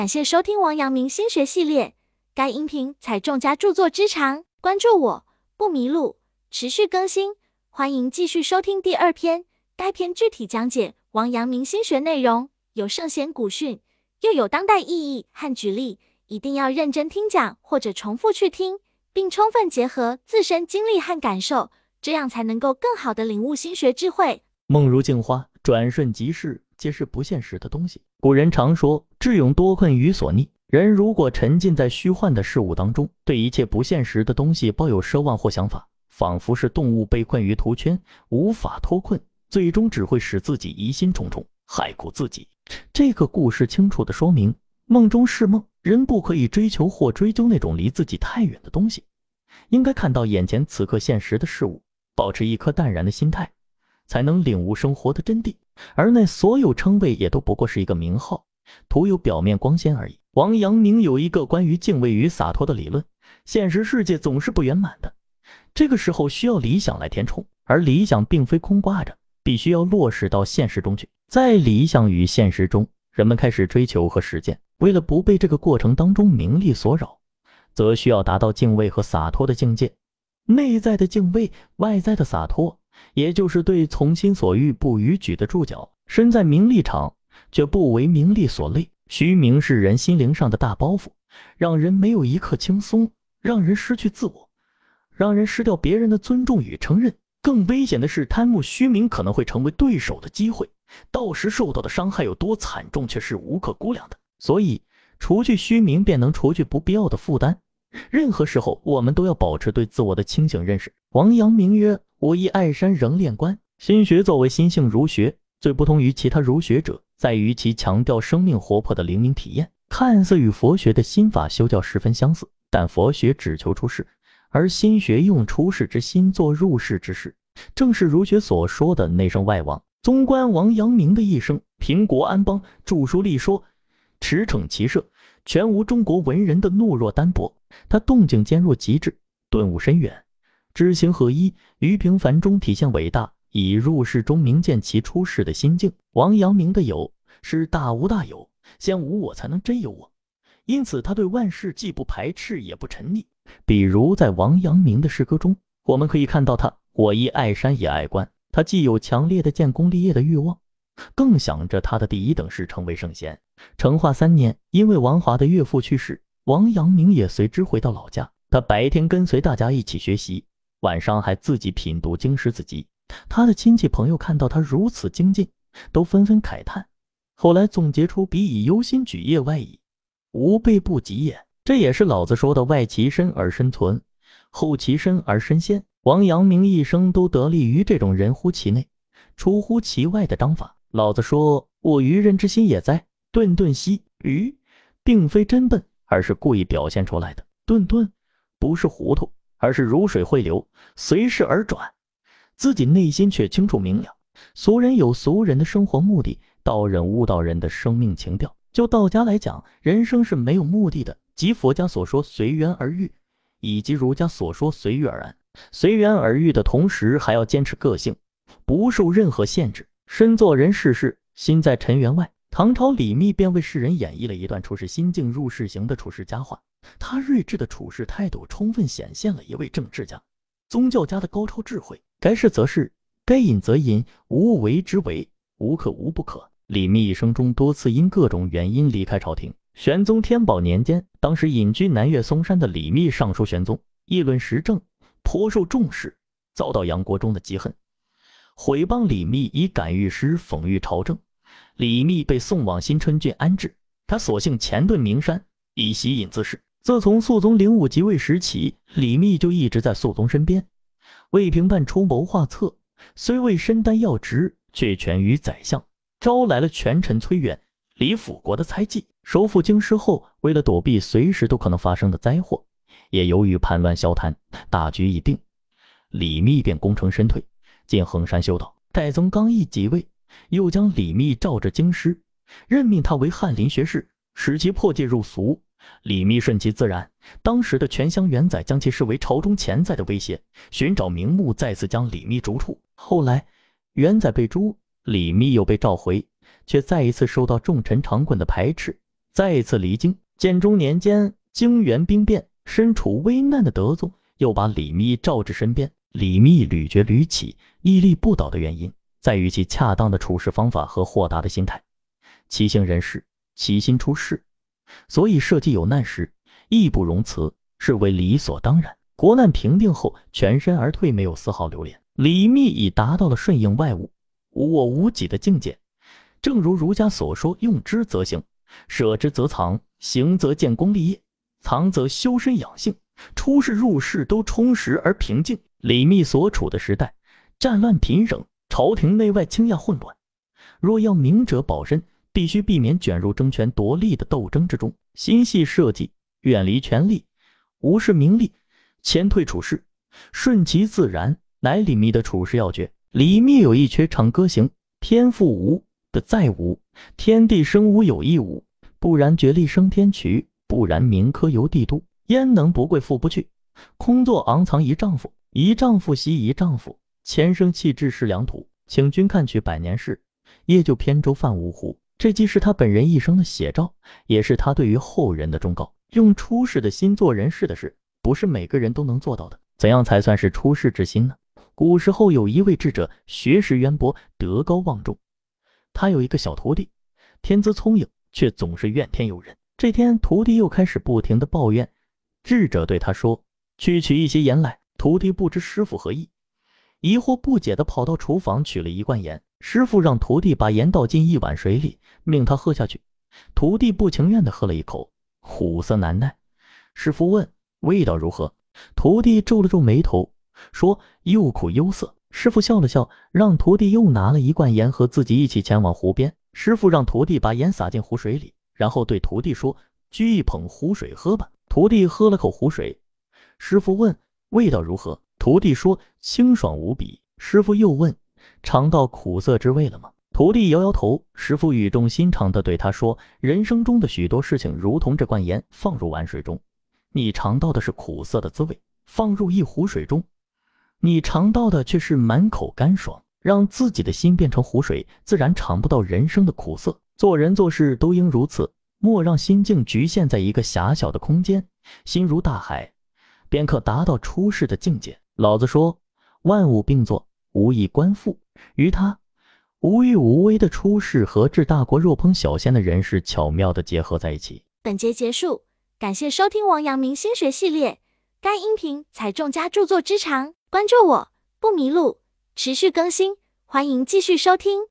感谢收听王阳明心学系列，该音频采众家著作之长，关注我不迷路，持续更新，欢迎继续收听第2篇。该篇具体讲解王阳明心学内容，有圣贤古训，又有当代意义和举例，一定要认真听讲或者重复去听，并充分结合自身经历和感受，这样才能够更好地领悟心学智慧。 梦如镜花，转瞬即逝，皆是不现实的东西。古人常说，智勇多困于所逆。人如果沉浸在虚幻的事物当中，对一切不现实的东西抱有奢望或想法，仿佛是动物被困于图圈，无法脱困，最终只会使自己疑心重重，害苦自己。这个故事清楚地说明，梦中是梦，人不可以追求或追究那种离自己太远的东西，应该看到眼前此刻现实的事物，保持一颗淡然的心态，才能领悟生活的真谛。而那所有称谓也都不过是一个名号，徒有表面光鲜而已。王阳明有一个关于敬畏与洒脱的理论，现实世界总是不圆满的，这个时候需要理想来填充，而理想并非空挂着，必须要落实到现实中去。在理想与现实中，人们开始追求和实践，为了不被这个过程当中名利所扰，则需要达到敬畏和洒脱的境界。内在的敬畏，外在的洒脱，也就是对从心所欲不逾矩的注脚。身在名利场，却不为名利所累。虚名是人心灵上的大包袱，让人没有一刻轻松，让人失去自我，让人失掉别人的尊重与承认。更危险的是，贪慕虚名可能会成为对手的机会，到时受到的伤害有多惨重，却是无可估量的。所以，除去虚名，便能除去不必要的负担。任何时候，我们都要保持对自我的清醒认识。王阳明曰：“我亦爱山仍炼官。”心学作为心性儒学，最不同于其他儒学者，在于其强调生命活泼的灵敏体验。看似与佛学的心法修教十分相似，但佛学只求出世，而心学用出世之心做入世之事，正是儒学所说的内圣外王。纵观王阳明的一生，平国安邦，著书立说，驰骋骑射，全无中国文人的懦弱单薄。他动静兼若极致，顿悟深远，知行合一，于平凡中体现伟大，以入世中明见其出世的心境。王阳明的有是大无大有，先无我才能真有我，因此他对万事既不排斥也不沉溺。比如在王阳明的诗歌中，我们可以看到他我亦爱山也爱官，他既有强烈的建功立业的欲望，更想着他的第一等事成为圣贤。成化3年，因为王华的岳父去世，王阳明也随之回到老家。他白天跟随大家一起学习，晚上还自己品读经史子集。他的亲戚朋友看到他如此精进，都纷纷慨叹，后来总结出彼以忧心举业外矣，无备不及也。这也是老子说的外其身而身存，后其身而身先。王阳明一生都得力于这种人乎其内，出乎其外的章法。老子说：“我愚人之心也哉，顿顿兮。”愚并非真笨，而是故意表现出来的。顿顿不是糊涂，而是如水汇流，随势而转，自己内心却清楚明了。俗人有俗人的生活目的，道人悟道人的生命情调。就道家来讲，人生是没有目的的，即佛家所说随缘而遇，以及儒家所说随遇而安。随缘而遇的同时，还要坚持个性，不受任何限制。身做人世事，心在尘缘外。唐朝李密便为世人演绎了一段处世心境入世行的处世佳话。他睿智的处世态度充分显现了一位政治家、宗教家的高超智慧。该是则是，该隐则隐，无为之为，无可无不可。李密一生中多次因各种原因离开朝廷。玄宗天宝年间，当时隐居南岳嵩山的李密上书玄宗，议论时政，颇受重视，遭到杨国忠的讥恨，毁谤李密以感御诗讽喻朝政。李密被送往新春郡安置，他索性潜遁名山，以息隐自适。自从肃宗05即位时起，李密就一直在肃宗身边，为平办出谋划策，虽未身担要职，却权于宰相，招来了权臣崔远、李辅国的猜忌。收复京师后，为了躲避随时都可能发生的灾祸，也由于叛乱消摊，大局已定，李密便功成身退，进衡山修道。太宗刚一即位，又将李密召至京师，任命他为翰林学士，使其破戒入俗。李密顺其自然，当时的权乡元载将其视为朝中潜在的威胁，寻找名目再次将李密逐出。后来元载被诛，李密又被召回，却再一次受到重臣长滚的排斥， 再一次离京。建中年间，京元兵变，身处危难的德宗又把李密召至身边。李密屡决屡起，屹立不倒的原因在于其恰当的处事方法和豁达的心态。其行人事，其心出世，所以社稷有难时，义不容辞，是为理所当然。国难平定后，全身而退，没有丝毫留恋。李密已达到了顺应外物，无我无己的境界。正如儒家所说，用之则行，舍之则藏，行则建功立业，藏则修身养性，出世入世都充实而平静。李密所处的时代，战乱频仍，朝廷内外倾轧混乱。若要明哲保身，必须避免卷入争权夺利的斗争之中，心系社稷，远离权力，无视名利，谦退处世，顺其自然，乃李密的处世要诀。李密有一阙长歌行：天赋无的在无，天地生无有亦无，不然绝力生天衢，不然民科由帝都，焉能不贵复不去？空作昂藏一丈夫，一丈夫袭一丈夫，前生弃置是良土，请君看取百年事，夜就扁舟泛芜湖。这既是他本人一生的写照，也是他对于后人的忠告。用出世的心做人事的事，不是每个人都能做到的。怎样才算是出世之心呢？古时候有一位智者，学识渊博，德高望重。他有一个小徒弟，天资聪颖，却总是怨天尤人。这天，徒弟又开始不停地抱怨。智者对他说：“去取一些盐来。”徒弟不知师傅何意，疑惑不解地跑到厨房取了一罐盐。师傅让徒弟把盐倒进一碗水里，命他喝下去。徒弟不情愿地喝了一口，苦涩难耐。师傅问：“味道如何？”徒弟皱了皱眉头，说：“又苦又涩。”师傅笑了笑，让徒弟又拿了一罐盐和自己一起前往湖边。师傅让徒弟把盐撒进湖水里，然后对徒弟说：“掬一捧湖水喝吧。”徒弟喝了口湖水。师傅问：“味道如何？”徒弟说：“清爽无比。”师傅又问：“尝到苦涩之味了吗？”徒弟摇摇头。师傅语重心长地对他说：“人生中的许多事情如同这罐盐放入碗水中，你尝到的是苦涩的滋味；放入一壶水中，你尝到的却是满口干爽。让自己的心变成湖水，自然尝不到人生的苦涩。做人做事都应如此，莫让心境局限在一个狭小的空间，心如大海，便可达到出世的境界。老子说：“万物并作，无以观复。”于他无欲无为的出世和治大国若烹小鲜的人事巧妙地结合在一起。 本节结束，感谢收听王阳明心学系列。该音频采众家著作之长，关注我不迷路，持续更新，欢迎继续收听。